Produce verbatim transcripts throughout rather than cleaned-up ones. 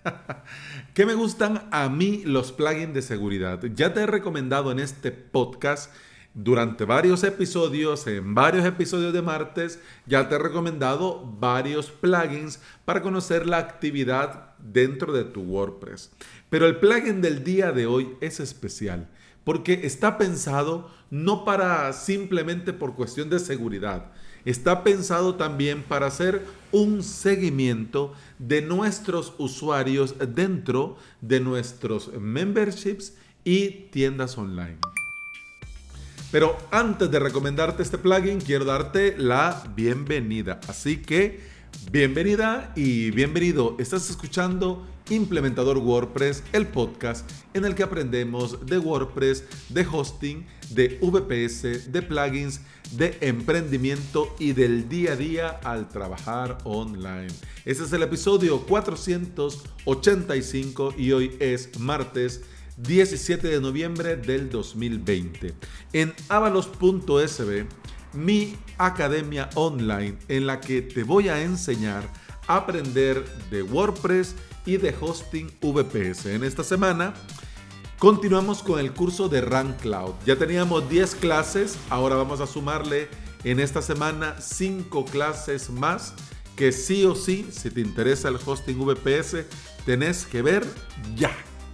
¿Qué me gustan a mí los plugins de seguridad? Ya te he recomendado en este podcast durante varios episodios, en varios episodios de martes, ya te he recomendado varios plugins para conocer la actividad dentro de tu WordPress. Pero el plugin del día de hoy es especial porque está pensado no para simplemente por cuestión de seguridad. Está pensado también para hacer un seguimiento de nuestros usuarios dentro de nuestros memberships y tiendas online. Pero antes de recomendarte este plugin, quiero darte la bienvenida. Así que, bienvenida y bienvenido. Estás escuchando Implementador WordPress, el podcast en el que aprendemos de WordPress, de hosting, de V P S, de plugins, de emprendimiento y del día a día al trabajar online. Este es el episodio cuatrocientos ochenta y cinco y hoy es martes diecisiete de noviembre del dos mil veinte. En avalos punto s b, mi academia online en la que te voy a enseñar a aprender de WordPress y de hosting V P S. En esta semana continuamos con el curso de Run Cloud. Ya teníamos diez clases, ahora vamos a sumarle en esta semana cinco clases más que sí o sí, si te interesa el hosting V P S, tenés que ver ya.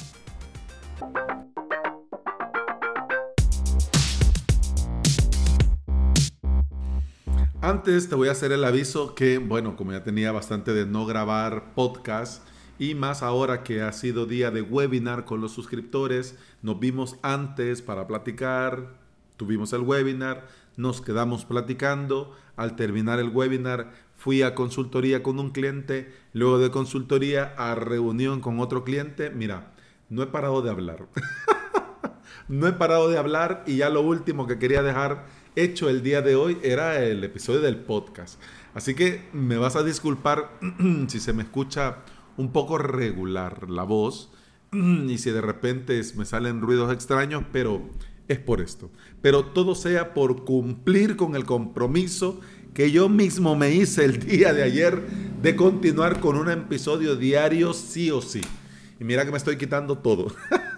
Antes te voy a hacer el aviso que, bueno, como ya tenía bastante de no grabar podcast y más ahora que ha sido día de webinar con los suscriptores, nos vimos antes para platicar, tuvimos el webinar, nos quedamos platicando, al terminar el webinar fui a consultoría con un cliente, luego de consultoría a reunión con otro cliente. Mira, no he parado de hablar, no he parado de hablar y ya lo último que quería dejar hecho el día de hoy era el episodio del podcast. Así que me vas a disculpar si se me escucha un poco regular la voz y si de repente me salen ruidos extraños, pero es por esto. Pero todo sea por cumplir con el compromiso que yo mismo me hice el día de ayer de continuar con un episodio diario sí o sí. Y mira que me estoy quitando todo.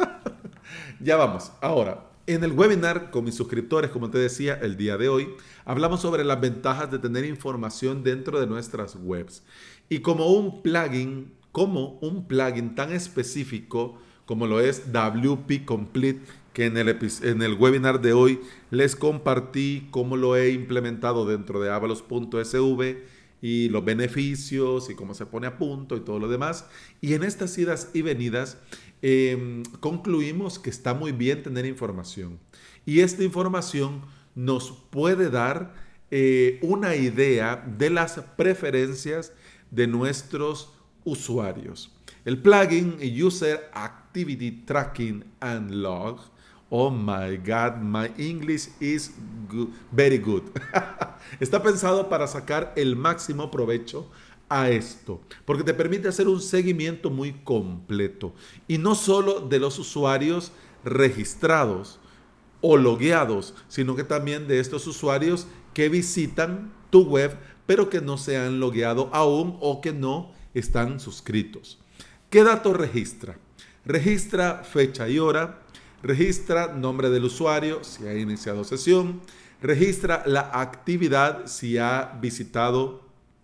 Ya vamos. Ahora, en el webinar con mis suscriptores, como te decía, el día de hoy, hablamos sobre las ventajas de tener información dentro de nuestras webs. Y como un plugin, como un plugin tan específico como lo es W P Complete, que en el, en el webinar de hoy les compartí cómo lo he implementado dentro de avalos punto s v y los beneficios y cómo se pone a punto y todo lo demás. Y en estas idas y venidas, Eh, concluimos que está muy bien tener información y esta información nos puede dar eh, una idea de las preferencias de nuestros usuarios. El plugin User Activity Tracking and Log, oh my God, my English is good, very good. Está pensado para sacar el máximo provecho a esto, porque te permite hacer un seguimiento muy completo y no solo de los usuarios registrados o logueados, sino que también de estos usuarios que visitan tu web pero que no se han logueado aún o que no están suscritos. ¿Qué datos registra? Registra fecha y hora, registra nombre del usuario si ha iniciado sesión, registra la actividad si ha visitado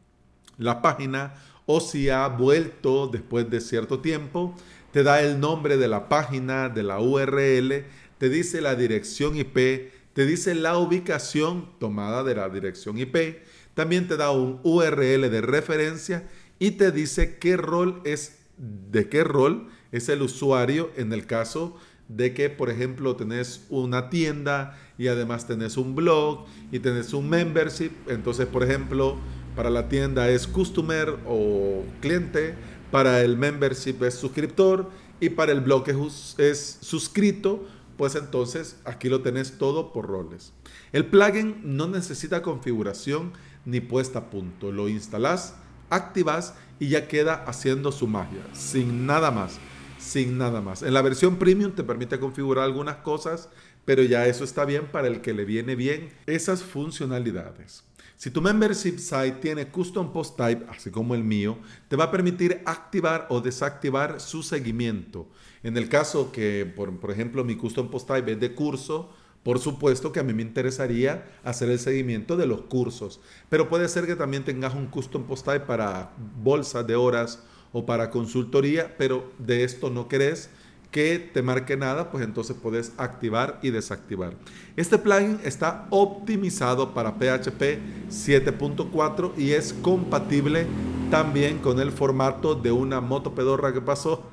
la página o si ha vuelto después de cierto tiempo, te da el nombre de la página, de la U R L, te dice la dirección I P, te dice la ubicación tomada de la dirección I P, también te da un U R L de referencia y te dice qué rol es, de qué rol es el usuario en el caso de que, por ejemplo, tenés una tienda y además tenés un blog y tenés un membership. Entonces, por ejemplo, para la tienda es customer o cliente, para el membership es suscriptor y para el blog es, es suscrito, pues entonces aquí lo tenés todo por roles. El plugin no necesita configuración ni puesta a punto. Lo instalás, activas y ya queda haciendo su magia, sin nada más, sin nada más. En la versión premium te permite configurar algunas cosas, pero ya eso está bien para el que le viene bien esas funcionalidades. Si tu membership site tiene custom post type, así como el mío, te va a permitir activar o desactivar su seguimiento. En el caso que, por, por ejemplo, mi custom post type es de curso, por supuesto que a mí me interesaría hacer el seguimiento de los cursos, pero puede ser que también tengas un custom post type para bolsas de horas o para consultoría, pero de esto no querés que te marque nada, pues entonces puedes activar y desactivar. Este plugin está optimizado para P H P siete punto cuatro y es compatible también con el formato de una moto pedorra que pasó.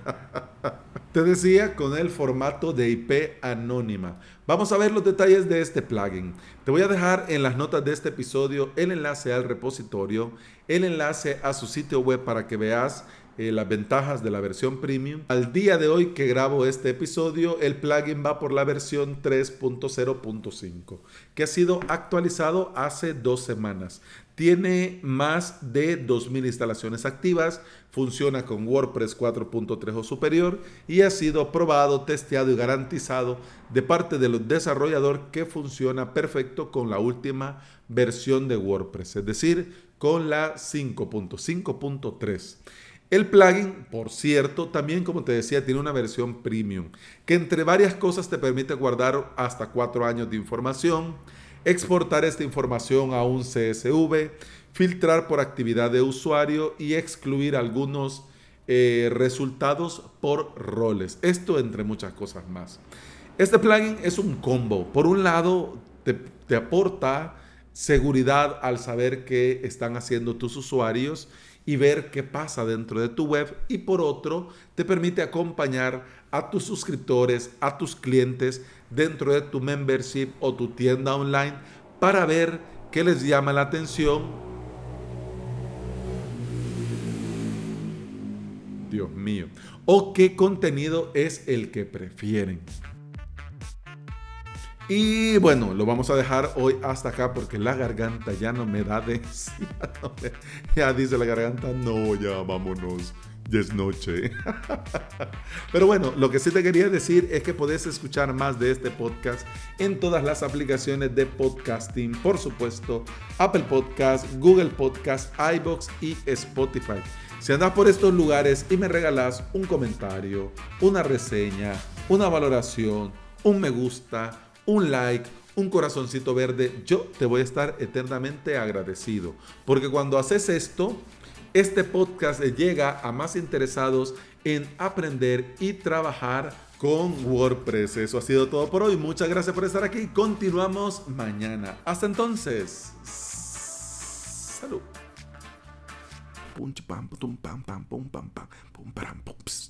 Te decía, con el formato de I P anónima. Vamos a ver los detalles de este plugin. Te voy a dejar en las notas de este episodio el enlace al repositorio, el enlace a su sitio web para que veas Eh, las ventajas de la versión premium. Al día de hoy que grabo este episodio, el plugin va por la versión tres punto cero punto cinco, que ha sido actualizado hace dos semanas. Tiene más de dos mil instalaciones activas, funciona con WordPress cuatro punto tres o superior y ha sido probado, testeado y garantizado de parte del desarrollador que funciona perfecto con la última versión de WordPress, es decir, con la cinco punto cinco punto tres. El plugin, por cierto, también, como te decía, tiene una versión premium, que entre varias cosas te permite guardar hasta cuatro años de información, exportar esta información a un C S V, filtrar por actividad de usuario y excluir algunos eh, resultados por roles. Esto entre muchas cosas más. Este plugin es un combo. Por un lado, te, te aporta seguridad al saber qué están haciendo tus usuarios y ver qué pasa dentro de tu web, y por otro te permite acompañar a tus suscriptores, a tus clientes dentro de tu membership o tu tienda online para ver qué les llama la atención. Dios mío. O qué contenido es el que prefieren. Y bueno, lo vamos a dejar hoy hasta acá porque la garganta ya no me da de... Ya, no me, ya dice la garganta, no, ya vámonos, ya es noche. Pero bueno, lo que sí te quería decir es que podés escuchar más de este podcast en todas las aplicaciones de podcasting, por supuesto, Apple Podcast, Google Podcast, iVoox y Spotify. Si andas por estos lugares y me regalas un comentario, una reseña, una valoración, un me gusta, un like, un corazoncito verde, yo te voy a estar eternamente agradecido. Porque cuando haces esto, este podcast llega a más interesados en aprender y trabajar con WordPress. Eso ha sido todo por hoy. Muchas gracias por estar aquí. Continuamos mañana. Hasta entonces. Salud. Pum, pam, pum, pam, pam, pum, pam, pam, pum, pam, pum.